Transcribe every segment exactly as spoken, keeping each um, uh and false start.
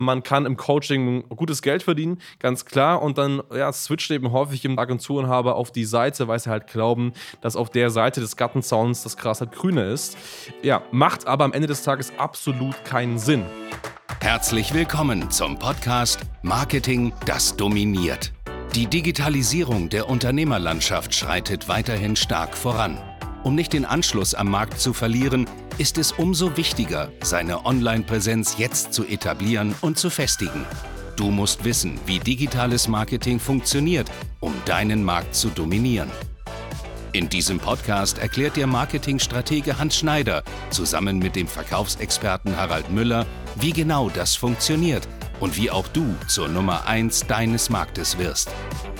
Man kann im Coaching gutes Geld verdienen, ganz klar. Und dann ja, switcht eben häufig eben Agenturenhaber auf die Seite, weil sie halt glauben, dass auf der Seite des Gartenzauns das Gras halt grüner ist. Ja, macht aber am Ende des Tages absolut keinen Sinn. Herzlich willkommen zum Podcast Marketing, das dominiert. Die Digitalisierung der Unternehmerlandschaft schreitet weiterhin stark voran. Um nicht den Anschluss am Markt zu verlieren, ist es umso wichtiger, seine Online-Präsenz jetzt zu etablieren und zu festigen. Du musst wissen, wie digitales Marketing funktioniert, um deinen Markt zu dominieren. In diesem Podcast erklärt der Marketingstratege Hans Schneider zusammen mit dem Verkaufsexperten Harald Müller, wie genau das funktioniert und wie auch du zur Nummer eins deines Marktes wirst.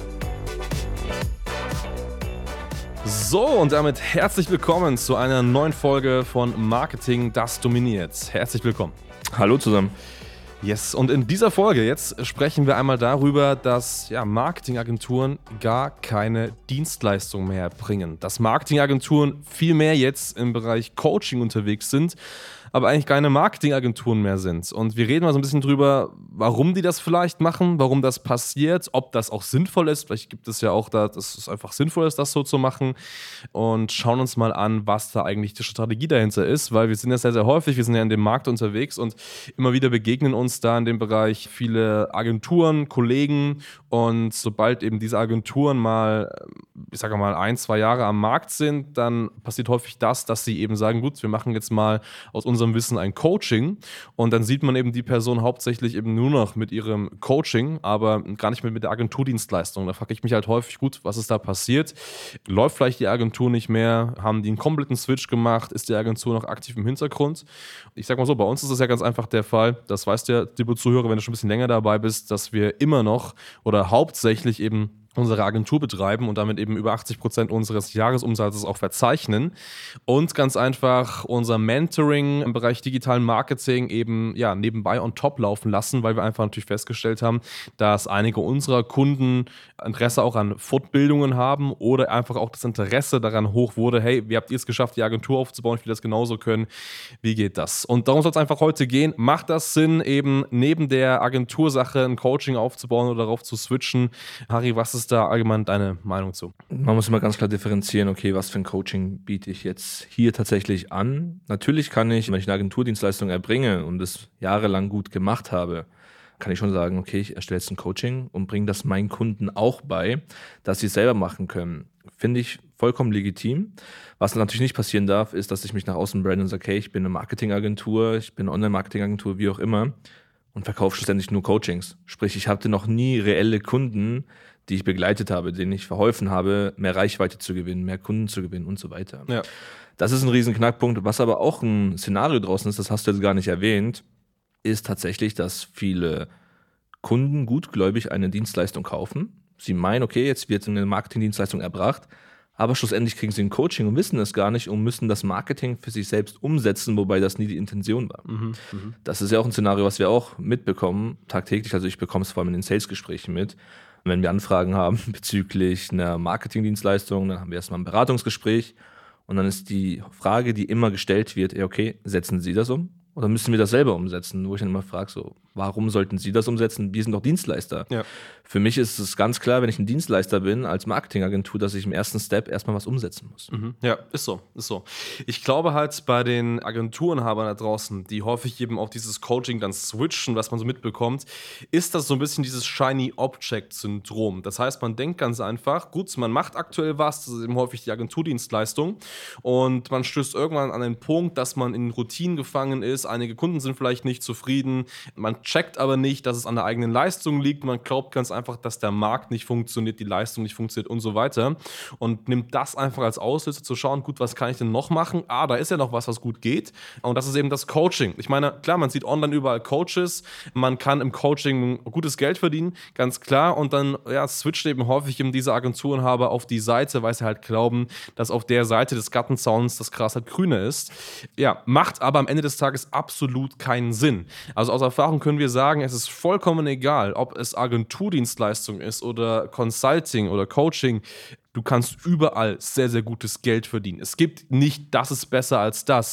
So, und damit herzlich willkommen zu einer neuen Folge von Marketing, das dominiert. Herzlich willkommen. Hallo zusammen. Yes, und in dieser Folge jetzt sprechen wir einmal darüber, dass ja, Marketingagenturen gar keine Dienstleistung mehr bringen. Dass Marketingagenturen viel mehr jetzt im Bereich Coaching unterwegs sind, aber eigentlich keine Marketingagenturen mehr sind. Und wir reden mal so ein bisschen drüber, warum die das vielleicht machen, warum das passiert, ob das auch sinnvoll ist. Vielleicht gibt es ja auch da, dass es einfach sinnvoll ist, das so zu machen. Und schauen uns mal an, was da eigentlich die Strategie dahinter ist, weil wir sind ja sehr, sehr häufig, wir sind ja in dem Markt unterwegs und immer wieder begegnen uns da in dem Bereich viele Agenturen, Kollegen. Und sobald eben diese Agenturen mal, ich sage mal, ein, zwei Jahre am Markt sind, dann passiert häufig das, dass sie eben sagen, gut, wir machen jetzt mal aus unserem Wissen ein Coaching, und dann sieht man eben die Person hauptsächlich eben nur noch mit ihrem Coaching, aber gar nicht mehr mit der Agenturdienstleistung. Da frage ich mich halt häufig, gut, was ist da passiert? Läuft vielleicht die Agentur nicht mehr? Haben die einen kompletten Switch gemacht? Ist die Agentur noch aktiv im Hintergrund? Ich sag mal so, bei uns ist es ja ganz einfach der Fall, das weißt du ja, liebe Zuhörer, wenn du schon ein bisschen länger dabei bist, dass wir immer noch oder hauptsächlich eben unsere Agentur betreiben und damit eben über achtzig Prozent unseres Jahresumsatzes auch verzeichnen und ganz einfach unser Mentoring im Bereich digitalen Marketing eben ja nebenbei on top laufen lassen, weil wir einfach natürlich festgestellt haben, dass einige unserer Kunden Interesse auch an Fortbildungen haben oder einfach auch das Interesse daran hoch wurde, hey, wie habt ihr es geschafft, die Agentur aufzubauen, ich will das genauso können, wie geht das? Und darum soll es einfach heute gehen. Macht das Sinn, eben neben der Agentursache ein Coaching aufzubauen oder darauf zu switchen? Harry, was ist da allgemein deine Meinung zu? Man muss immer ganz klar differenzieren, okay, was für ein Coaching biete ich jetzt hier tatsächlich an? Natürlich kann ich, wenn ich eine Agenturdienstleistung erbringe und es jahrelang gut gemacht habe, kann ich schon sagen, okay, ich erstelle jetzt ein Coaching und bringe das meinen Kunden auch bei, dass sie es selber machen können. Finde ich vollkommen legitim. Was natürlich nicht passieren darf, ist, dass ich mich nach außen brande und sage, okay, ich bin eine Marketingagentur, ich bin eine Online-Marketingagentur, wie auch immer, und verkaufe schlussendlich nur Coachings. Sprich, ich hatte noch nie reelle Kunden, die ich begleitet habe, denen ich verholfen habe, mehr Reichweite zu gewinnen, mehr Kunden zu gewinnen und so weiter. Ja. Das ist ein riesen Knackpunkt. Was aber auch ein Szenario draußen ist, das hast du jetzt gar nicht erwähnt, ist tatsächlich, dass viele Kunden gutgläubig eine Dienstleistung kaufen. Sie meinen, okay, jetzt wird eine Marketingdienstleistung erbracht, aber schlussendlich kriegen sie ein Coaching und wissen es gar nicht und müssen das Marketing für sich selbst umsetzen, wobei das nie die Intention war. Mhm, mh. Das ist ja auch ein Szenario, was wir auch mitbekommen, tagtäglich. Also ich bekomme es vor allem in den Sales-Gesprächen mit. Wenn wir Anfragen haben bezüglich einer Marketingdienstleistung, dann haben wir erstmal ein Beratungsgespräch und dann ist die Frage, die immer gestellt wird, okay, setzen Sie das um oder müssen wir das selber umsetzen? Wo ich dann immer frage, so, warum sollten Sie das umsetzen? Wir sind doch Dienstleister. Ja. Für mich ist es ganz klar, wenn ich ein Dienstleister bin als Marketingagentur, dass ich im ersten Step erstmal was umsetzen muss. Mhm. Ja, ist so, ist so. Ich glaube halt bei den Agenturenhabern da draußen, die häufig eben auf dieses Coaching dann switchen, was man so mitbekommt, ist das so ein bisschen dieses Shiny Object-Syndrom. Das heißt, man denkt ganz einfach, gut, man macht aktuell was, das ist eben häufig die Agenturdienstleistung, und man stößt irgendwann an den Punkt, dass man in Routinen gefangen ist. Einige Kunden sind vielleicht nicht zufrieden, man checkt aber nicht, dass es an der eigenen Leistung liegt, man glaubt ganz einfach, dass der Markt nicht funktioniert, die Leistung nicht funktioniert und so weiter, und nimmt das einfach als Auslöser zu schauen, gut, was kann ich denn noch machen? Ah, da ist ja noch was, was gut geht, und das ist eben das Coaching. Ich meine, klar, man sieht online überall Coaches, man kann im Coaching gutes Geld verdienen, ganz klar, und dann ja, switcht eben häufig eben diese Agenturenhaber auf die Seite, weil sie halt glauben, dass auf der Seite des Gartenzauns das Gras halt grüner ist. Ja, macht aber am Ende des Tages absolut keinen Sinn. Also aus Erfahrung können wir sagen, es ist vollkommen egal, ob es Agenturdienstleistung ist oder Consulting oder Coaching. Du kannst überall sehr, sehr gutes Geld verdienen. Es gibt nicht, das ist besser als das.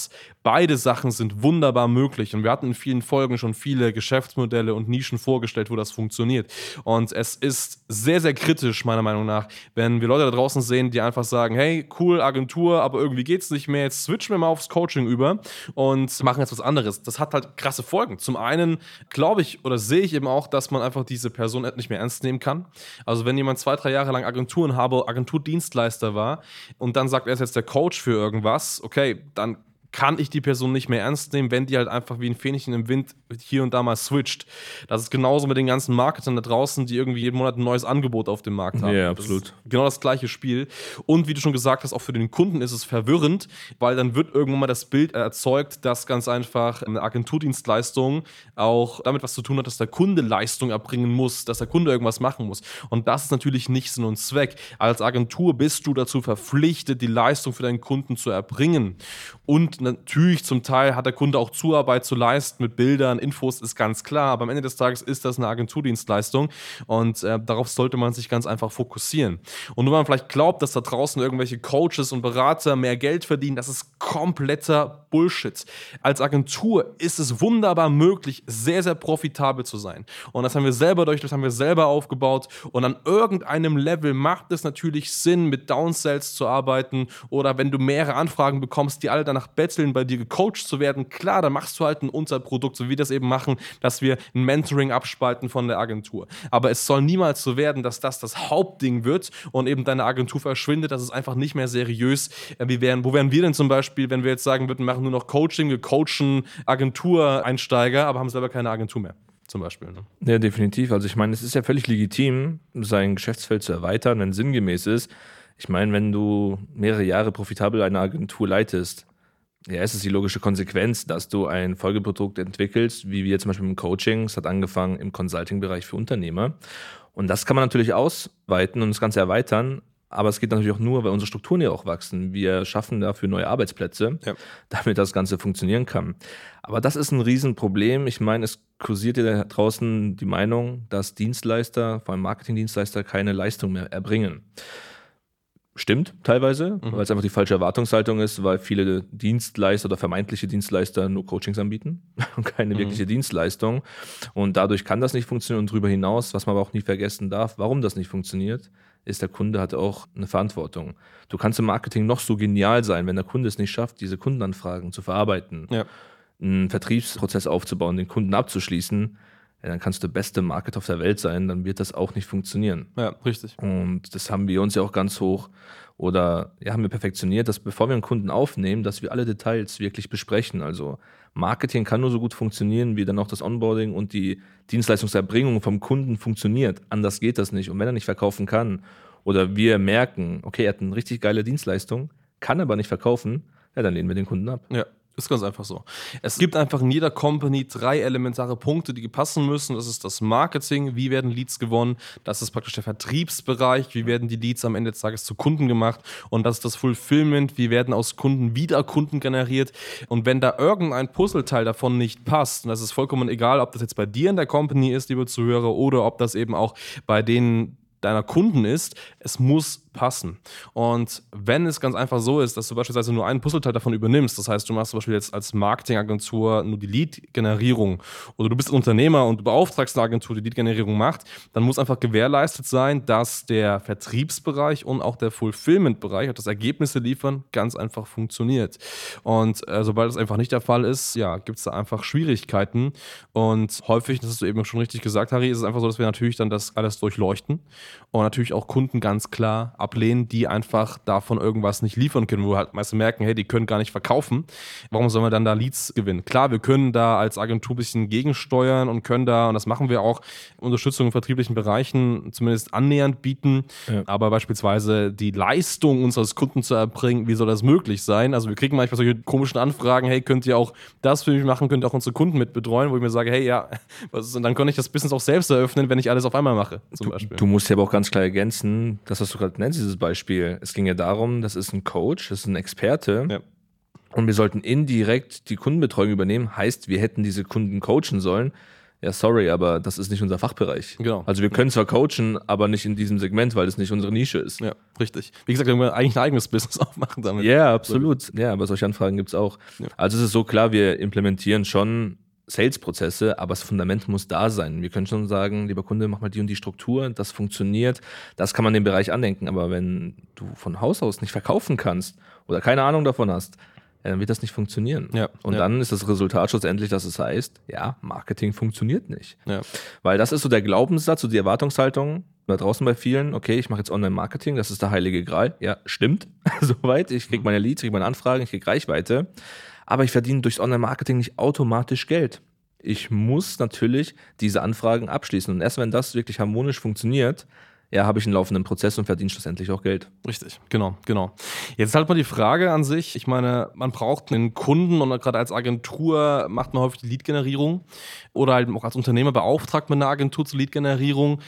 beide Sachen sind wunderbar möglich und wir hatten in vielen Folgen schon viele Geschäftsmodelle und Nischen vorgestellt, wo das funktioniert. Und es ist sehr, sehr kritisch, meiner Meinung nach, wenn wir Leute da draußen sehen, die einfach sagen, hey, cool, Agentur, aber irgendwie geht's nicht mehr, jetzt switchen wir mal aufs Coaching über und machen jetzt was anderes. Das hat halt krasse Folgen. Zum einen glaube ich oder sehe ich eben auch, dass man einfach diese Person nicht mehr ernst nehmen kann. Also wenn jemand zwei, drei Jahre lang Agenturen habe, Agenturdienstleister war und dann sagt, er ist jetzt der Coach für irgendwas, okay, dann kann ich die Person nicht mehr ernst nehmen, wenn die halt einfach wie ein Fähnchen im Wind hier und da mal switcht. Das ist genauso mit den ganzen Marketern da draußen, die irgendwie jeden Monat ein neues Angebot auf dem Markt haben. Ja, absolut. Das ist genau das gleiche Spiel. Und wie du schon gesagt hast, auch für den Kunden ist es verwirrend, weil dann wird irgendwann mal das Bild erzeugt, dass ganz einfach eine Agenturdienstleistung auch damit was zu tun hat, dass der Kunde Leistung erbringen muss, dass der Kunde irgendwas machen muss. Und das ist natürlich nicht Sinn und Zweck. Als Agentur bist du dazu verpflichtet, die Leistung für deinen Kunden zu erbringen. Und natürlich zum Teil hat der Kunde auch Zuarbeit zu leisten mit Bildern, Infos, ist ganz klar, aber am Ende des Tages ist das eine Agenturdienstleistung und äh, darauf sollte man sich ganz einfach fokussieren. Und wenn man vielleicht glaubt, dass da draußen irgendwelche Coaches und Berater mehr Geld verdienen, das ist kompletter Bullshit. Als Agentur ist es wunderbar möglich, sehr, sehr profitabel zu sein. Und das haben wir selber durch, das haben wir selber aufgebaut und an irgendeinem Level macht es natürlich Sinn, mit Downsells zu arbeiten oder wenn du mehrere Anfragen bekommst, die alle danach betteln, bei dir gecoacht zu werden, klar, dann machst du halt ein Unterprodukt, so wie wir das eben machen, dass wir ein Mentoring abspalten von der Agentur. Aber es soll niemals so werden, dass das das Hauptding wird und eben deine Agentur verschwindet, das ist einfach nicht mehr seriös. Wie wären, wo wären wir denn zum Beispiel, wenn wir jetzt sagen würden, wir machen nur noch Coaching, wir coachen Agentureinsteiger, aber haben selber keine Agentur mehr? Zum Beispiel. Ne? Ja, definitiv. Also ich meine, es ist ja völlig legitim, sein Geschäftsfeld zu erweitern, wenn es sinngemäß ist. Ich meine, wenn du mehrere Jahre profitabel eine Agentur leitest, ja, es ist die logische Konsequenz, dass du ein Folgeprodukt entwickelst, wie wir zum Beispiel im Coaching. Es hat angefangen im Consulting-Bereich für Unternehmer. Und das kann man natürlich ausweiten und das Ganze erweitern. Aber es geht natürlich auch nur, weil unsere Strukturen ja auch wachsen. Wir schaffen dafür neue Arbeitsplätze, ja, damit das Ganze funktionieren kann. Aber das ist ein Riesenproblem. Ich meine, es kursiert ja da draußen die Meinung, dass Dienstleister, vor allem Marketingdienstleister, keine Leistung mehr erbringen. Stimmt teilweise, mhm. weil es einfach die falsche Erwartungshaltung ist, weil viele Dienstleister oder vermeintliche Dienstleister nur Coachings anbieten und keine mhm. wirkliche Dienstleistung. Und dadurch kann das nicht funktionieren. Und darüber hinaus, was man aber auch nie vergessen darf, warum das nicht funktioniert, ist, der Kunde hat auch eine Verantwortung. Du kannst im Marketing noch so genial sein, wenn der Kunde es nicht schafft, diese Kundenanfragen zu verarbeiten, ja. einen Vertriebsprozess aufzubauen, den Kunden abzuschließen, ja, dann kannst du der beste Marketer auf der Welt sein, dann wird das auch nicht funktionieren. Ja, richtig. Und das haben wir uns ja auch ganz hoch oder ja, haben wir perfektioniert, dass bevor wir einen Kunden aufnehmen, dass wir alle Details wirklich besprechen. Also Marketing kann nur so gut funktionieren, wie dann auch das Onboarding und die Dienstleistungserbringung vom Kunden funktioniert. Anders geht das nicht. Und wenn er nicht verkaufen kann oder wir merken, okay, er hat eine richtig geile Dienstleistung, kann aber nicht verkaufen, ja, dann lehnen wir den Kunden ab. Ja. Ist ganz einfach so. Es gibt einfach in jeder Company drei elementare Punkte, die passen müssen. Das ist das Marketing, wie werden Leads gewonnen. Das ist praktisch der Vertriebsbereich, wie werden die Leads am Ende des Tages zu Kunden gemacht. Und das ist das Fulfillment, wie werden aus Kunden wieder Kunden generiert. Und wenn da irgendein Puzzleteil davon nicht passt, und das ist vollkommen egal, ob das jetzt bei dir in der Company ist, liebe Zuhörer, oder ob das eben auch bei denen deiner Kunden ist, es muss passen. Und wenn es ganz einfach so ist, dass du beispielsweise nur einen Puzzleteil davon übernimmst, das heißt, du machst zum Beispiel jetzt als Marketingagentur nur die Lead-Generierung oder du bist ein Unternehmer und du beauftragst eine Agentur, die Lead-Generierung macht, dann muss einfach gewährleistet sein, dass der Vertriebsbereich und auch der Fulfillment-Bereich, das Ergebnisse liefern, ganz einfach funktioniert. Und äh, sobald das einfach nicht der Fall ist, ja, gibt es da einfach Schwierigkeiten. Und häufig, das hast du eben schon richtig gesagt, Harry, ist es einfach so, dass wir natürlich dann das alles durchleuchten und natürlich auch Kunden ganz klar ablehnen, die einfach davon irgendwas nicht liefern können, wo wir halt meistens merken, hey, die können gar nicht verkaufen. Warum sollen wir dann da Leads gewinnen? Klar, wir können da als Agentur ein bisschen gegensteuern und können da, und das machen wir auch, Unterstützung in vertrieblichen Bereichen zumindest annähernd bieten, ja. Aber beispielsweise die Leistung unseres Kunden zu erbringen, wie soll das möglich sein? Also wir kriegen manchmal solche komischen Anfragen, hey, könnt ihr auch das für mich machen, könnt ihr auch unsere Kunden mit betreuen, wo ich mir sage, hey, ja, was ist, und dann kann ich das Business auch selbst eröffnen, wenn ich alles auf einmal mache, zum du, Beispiel. Du musst ja aber auch ganz klar ergänzen, das, was du gerade nennst, dieses Beispiel. Es ging ja darum, das ist ein Coach, das ist ein Experte. Ja. Und wir sollten indirekt die Kundenbetreuung übernehmen. Heißt, wir hätten diese Kunden coachen sollen. Ja, sorry, aber das ist nicht unser Fachbereich. Genau. Also wir können zwar coachen, aber nicht in diesem Segment, weil es nicht unsere Nische ist. Ja, richtig. Wie gesagt, wir können eigentlich ein eigenes Business aufmachen damit. Ja, absolut. Ja, aber solche Anfragen gibt es auch. Ja. Also es ist so klar, wir implementieren schon Sales-Prozesse, aber das Fundament muss da sein. Wir können schon sagen, lieber Kunde, mach mal die und die Struktur, das funktioniert, das kann man den Bereich andenken. Aber wenn du von Haus aus nicht verkaufen kannst oder keine Ahnung davon hast, dann wird das nicht funktionieren. Ja, und ja. dann ist das Resultat schlussendlich, dass es heißt, ja, Marketing funktioniert nicht. Ja. Weil das ist so der Glaubenssatz, so die Erwartungshaltung da draußen bei vielen, okay, ich mache jetzt Online-Marketing, das ist der heilige Gral. Ja, stimmt, soweit. Ich kriege meine Leads, kriege meine Anfragen, ich kriege Reichweite. Aber ich verdiene durchs Online-Marketing nicht automatisch Geld. Ich muss natürlich diese Anfragen abschließen. Und erst wenn das wirklich harmonisch funktioniert, ja, habe ich einen laufenden Prozess und verdiene schlussendlich auch Geld. Richtig, genau, genau. Jetzt halt mal die Frage an sich, ich meine, man braucht einen Kunden und gerade als Agentur macht man häufig die Lead-Generierung oder halt auch als Unternehmer beauftragt man eine Agentur zur Lead-Generierung.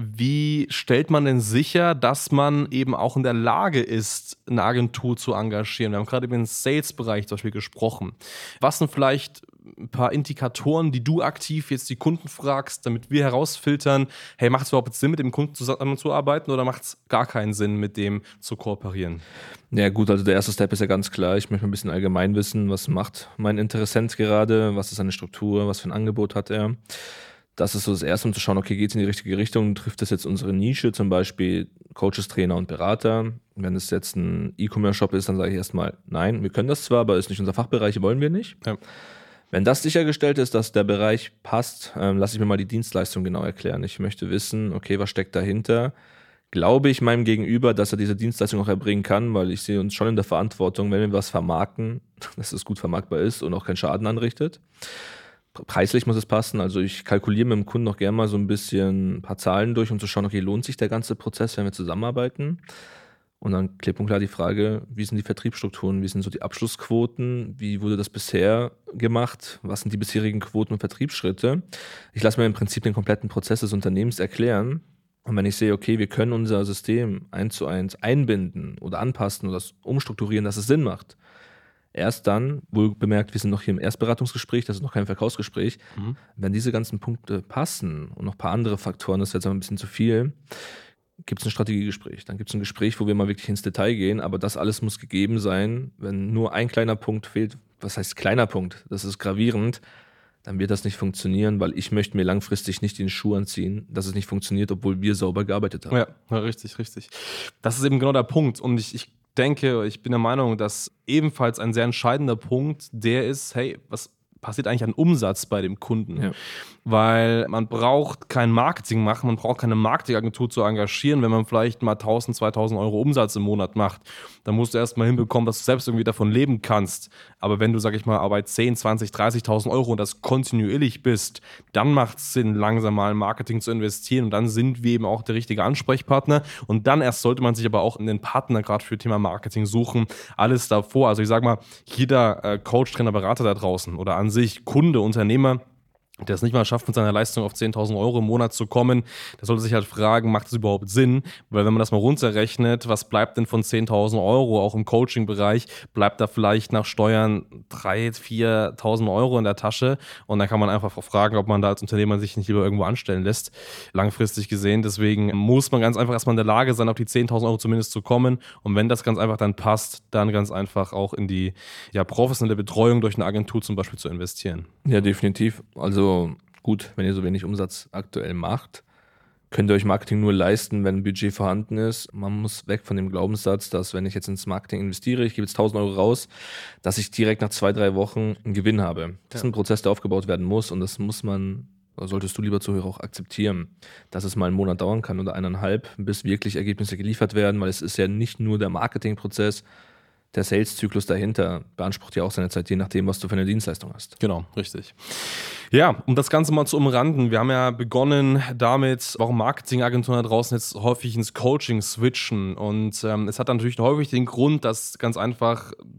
Wie stellt man denn sicher, dass man eben auch in der Lage ist, eine Agentur zu engagieren? Wir haben gerade über den Sales-Bereich zum Beispiel gesprochen. Was sind vielleicht ein paar Indikatoren, die du aktiv jetzt die Kunden fragst, damit wir herausfiltern, hey, macht es überhaupt Sinn, mit dem Kunden zusammenzuarbeiten oder macht es gar keinen Sinn, mit dem zu kooperieren? Ja gut, also der erste Step ist ja ganz klar, ich möchte ein bisschen allgemein wissen, was macht mein Interessent gerade, was ist seine Struktur, was für ein Angebot hat er. Das ist so das Erste, um zu schauen, okay, geht es in die richtige Richtung, trifft das jetzt unsere Nische, zum Beispiel Coaches, Trainer und Berater. Wenn es jetzt ein E-Commerce-Shop ist, dann sage ich erstmal, nein, wir können das zwar, aber ist nicht unser Fachbereich, wollen wir nicht. Ja. Wenn das sichergestellt ist, dass der Bereich passt, ähm, lasse ich mir mal die Dienstleistung genau erklären. Ich möchte wissen, okay, was steckt dahinter? Glaube ich meinem Gegenüber, dass er diese Dienstleistung auch erbringen kann, weil ich sehe uns schon in der Verantwortung, wenn wir was vermarkten, dass es gut vermarktbar ist und auch keinen Schaden anrichtet. Preislich muss es passen, also ich kalkuliere mit dem Kunden auch gerne mal so ein bisschen ein paar Zahlen durch, um zu schauen, okay, lohnt sich der ganze Prozess, wenn wir zusammenarbeiten? Und dann klipp und klar die Frage, wie sind die Vertriebsstrukturen, wie sind so die Abschlussquoten, wie wurde das bisher gemacht, was sind die bisherigen Quoten und Vertriebsschritte. Ich lasse mir im Prinzip den kompletten Prozess des Unternehmens erklären. Und wenn ich sehe, okay, wir können unser System eins zu eins einbinden oder anpassen oder umstrukturieren, dass es Sinn macht, erst dann, wohl bemerkt, wir sind noch hier im Erstberatungsgespräch, das ist noch kein Verkaufsgespräch, mhm. wenn diese ganzen Punkte passen und noch ein paar andere Faktoren, das wäre jetzt ein bisschen zu viel, gibt es ein Strategiegespräch. Dann gibt es ein Gespräch, wo wir mal wirklich ins Detail gehen, aber das alles muss gegeben sein. Wenn nur ein kleiner Punkt fehlt, was heißt kleiner Punkt? Das ist gravierend, dann wird das nicht funktionieren, weil ich möchte mir langfristig nicht den Schuh anziehen, dass es nicht funktioniert, obwohl wir sauber gearbeitet haben. Ja, ja richtig, richtig. Das ist eben genau der Punkt und ich, ich denke, ich bin der Meinung, dass ebenfalls ein sehr entscheidender Punkt der ist, hey, was passiert eigentlich an Umsatz bei dem Kunden? Ja. Weil man braucht kein Marketing machen, man braucht keine Marketingagentur zu engagieren, wenn man vielleicht mal tausend, zweitausend Euro Umsatz im Monat macht. Dann musst du erst mal hinbekommen, dass du selbst irgendwie davon leben kannst. Aber wenn du, sag ich mal, aber zehn, zwanzig, dreißigtausend Euro und das kontinuierlich bist, dann macht es Sinn, langsam mal in Marketing zu investieren und dann sind wir eben auch der richtige Ansprechpartner und dann erst sollte man sich aber auch einen Partner gerade für Thema Marketing suchen. Alles davor, also ich sag mal, jeder äh, Coach, Trainer, Berater da draußen oder an sich Kunde, Unternehmer, der es nicht mal schafft, mit seiner Leistung auf zehntausend Euro im Monat zu kommen, der sollte sich halt fragen, macht das überhaupt Sinn? Weil wenn man das mal runterrechnet, was bleibt denn von zehntausend Euro, auch im Coaching-Bereich, bleibt da vielleicht nach Steuern dreitausend, viertausend Euro in der Tasche und dann kann man einfach fragen, ob man da als Unternehmer sich nicht lieber irgendwo anstellen lässt, langfristig gesehen. Deswegen muss man ganz einfach erstmal in der Lage sein, auf die zehntausend Euro zumindest zu kommen und wenn das ganz einfach dann passt, dann ganz einfach auch in die ja, professionelle Betreuung durch eine Agentur zum Beispiel zu investieren. Ja, definitiv. Also gut, wenn ihr so wenig Umsatz aktuell macht, könnt ihr euch Marketing nur leisten, wenn ein Budget vorhanden ist. Man muss weg von dem Glaubenssatz, dass wenn ich jetzt ins Marketing investiere, ich gebe jetzt tausend Euro raus, dass ich direkt nach zwei, drei Wochen einen Gewinn habe. Das ist ein Prozess, der aufgebaut werden muss und das muss man, oder solltest du, lieber Zuhörer, auch akzeptieren, dass es mal einen Monat dauern kann oder eineinhalb, bis wirklich Ergebnisse geliefert werden, weil es ist ja nicht nur der Marketingprozess, der Sales-Zyklus dahinter beansprucht ja auch seine Zeit, je nachdem, was du für eine Dienstleistung hast. Genau, richtig. Ja, um das Ganze mal zu umranden, wir haben ja begonnen damit, warum Marketingagenturen da draußen jetzt häufig ins Coaching switchen und ähm, es hat natürlich häufig den Grund, dass ganz einfach die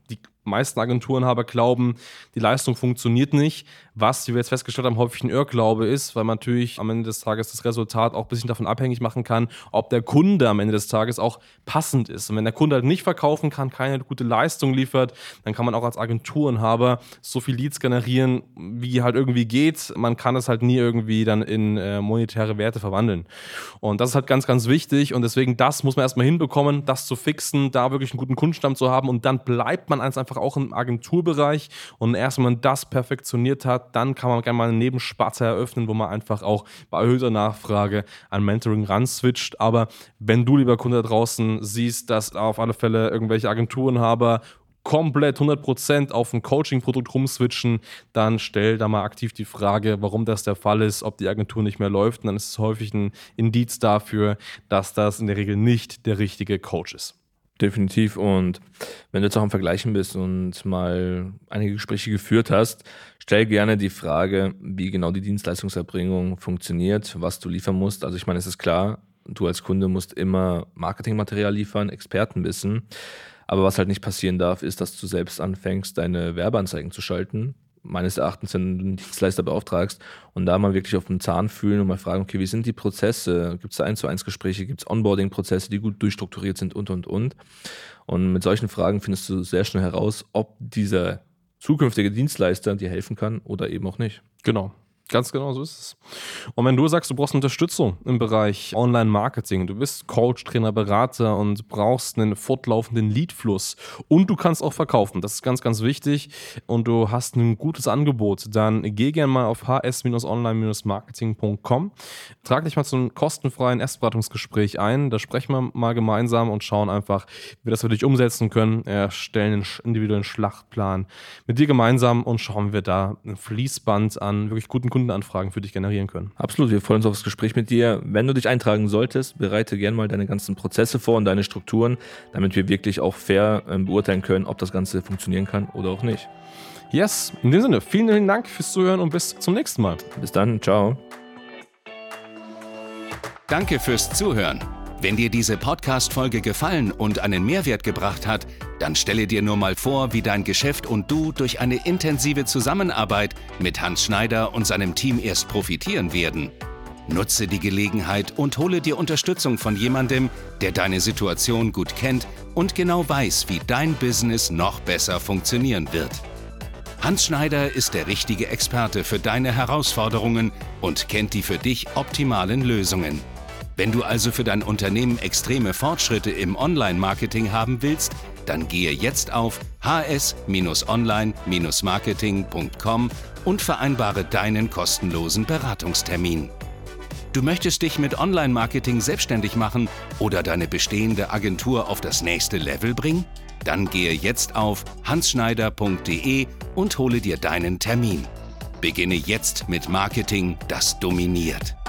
meisten Agenturenhaber glauben, die Leistung funktioniert nicht, was, wie wir jetzt festgestellt haben, häufig ein Irrglaube ist, weil man natürlich am Ende des Tages das Resultat auch ein bisschen davon abhängig machen kann, ob der Kunde am Ende des Tages auch passend ist. Und wenn der Kunde halt nicht verkaufen kann, keine gute Leistung liefert, dann kann man auch als Agenturenhaber so viel Leads generieren, wie halt irgendwie geht. Man kann es halt nie irgendwie dann in äh, monetäre Werte verwandeln. Und das ist halt ganz, ganz wichtig und deswegen das muss man erstmal hinbekommen, das zu fixen, da wirklich einen guten Kundenstamm zu haben und dann bleibt man einfach auch im Agenturbereich und erst wenn man das perfektioniert hat, dann kann man gerne mal eine Nebensparte eröffnen, wo man einfach auch bei erhöhter Nachfrage an Mentoring ran switcht. Aber wenn du, lieber Kunde da draußen, siehst, dass auf alle Fälle irgendwelche Agenturenhaber komplett hundert Prozent auf ein Coaching-Produkt rumswitchen, dann stell da mal aktiv die Frage, warum das der Fall ist, ob die Agentur nicht mehr läuft. Und dann ist es häufig ein Indiz dafür, dass das in der Regel nicht der richtige Coach ist. Definitiv. Und wenn du jetzt auch am Vergleichen bist und mal einige Gespräche geführt hast, stell gerne die Frage, wie genau die Dienstleistungserbringung funktioniert, was du liefern musst. Also ich meine, es ist klar, du als Kunde musst immer Marketingmaterial liefern, Expertenwissen. Aber was halt nicht passieren darf, ist, dass du selbst anfängst, deine Werbeanzeigen zu schalten. Meines Erachtens, wenn du einen Dienstleister beauftragst und da mal wirklich auf den Zahn fühlen und mal fragen, okay, wie sind die Prozesse? Gibt es eins zu eins Gespräche? Gibt es Onboarding-Prozesse, die gut durchstrukturiert sind und, und, und. Und mit solchen Fragen findest du sehr schnell heraus, ob dieser zukünftige Dienstleister dir helfen kann oder eben auch nicht. Genau. Ganz genau so ist es. Und wenn du sagst, du brauchst Unterstützung im Bereich Online-Marketing, du bist Coach, Trainer, Berater und brauchst einen fortlaufenden Leadfluss und du kannst auch verkaufen, das ist ganz, ganz wichtig und du hast ein gutes Angebot, dann geh gerne mal auf h s online marketing punkt com, trag dich mal zu einem kostenfreien Erstberatungsgespräch ein, da sprechen wir mal gemeinsam und schauen einfach, wie wir das für dich umsetzen können, erstellen einen individuellen Schlachtplan mit dir gemeinsam und schauen, wie wir da ein Fließband an wirklich guten Kundenanfragen für dich generieren können. Absolut, wir freuen uns auf das Gespräch mit dir. Wenn du dich eintragen solltest, bereite gerne mal deine ganzen Prozesse vor und deine Strukturen, damit wir wirklich auch fair äh, beurteilen können, ob das Ganze funktionieren kann oder auch nicht. Yes, in dem Sinne, vielen, vielen Dank fürs Zuhören und bis zum nächsten Mal. Bis dann, ciao. Danke fürs Zuhören. Wenn dir diese Podcast-Folge gefallen und einen Mehrwert gebracht hat, dann stelle dir nur mal vor, wie dein Geschäft und du durch eine intensive Zusammenarbeit mit Hans Schneider und seinem Team erst profitieren werden. Nutze die Gelegenheit und hole dir Unterstützung von jemandem, der deine Situation gut kennt und genau weiß, wie dein Business noch besser funktionieren wird. Hans Schneider ist der richtige Experte für deine Herausforderungen und kennt die für dich optimalen Lösungen. Wenn du also für dein Unternehmen extreme Fortschritte im Online-Marketing haben willst, dann gehe jetzt auf h s online marketing punkt com und vereinbare deinen kostenlosen Beratungstermin. Du möchtest dich mit Online-Marketing selbstständig machen oder deine bestehende Agentur auf das nächste Level bringen? Dann gehe jetzt auf hansschneider punkt de und hole dir deinen Termin. Beginne jetzt mit Marketing, das dominiert.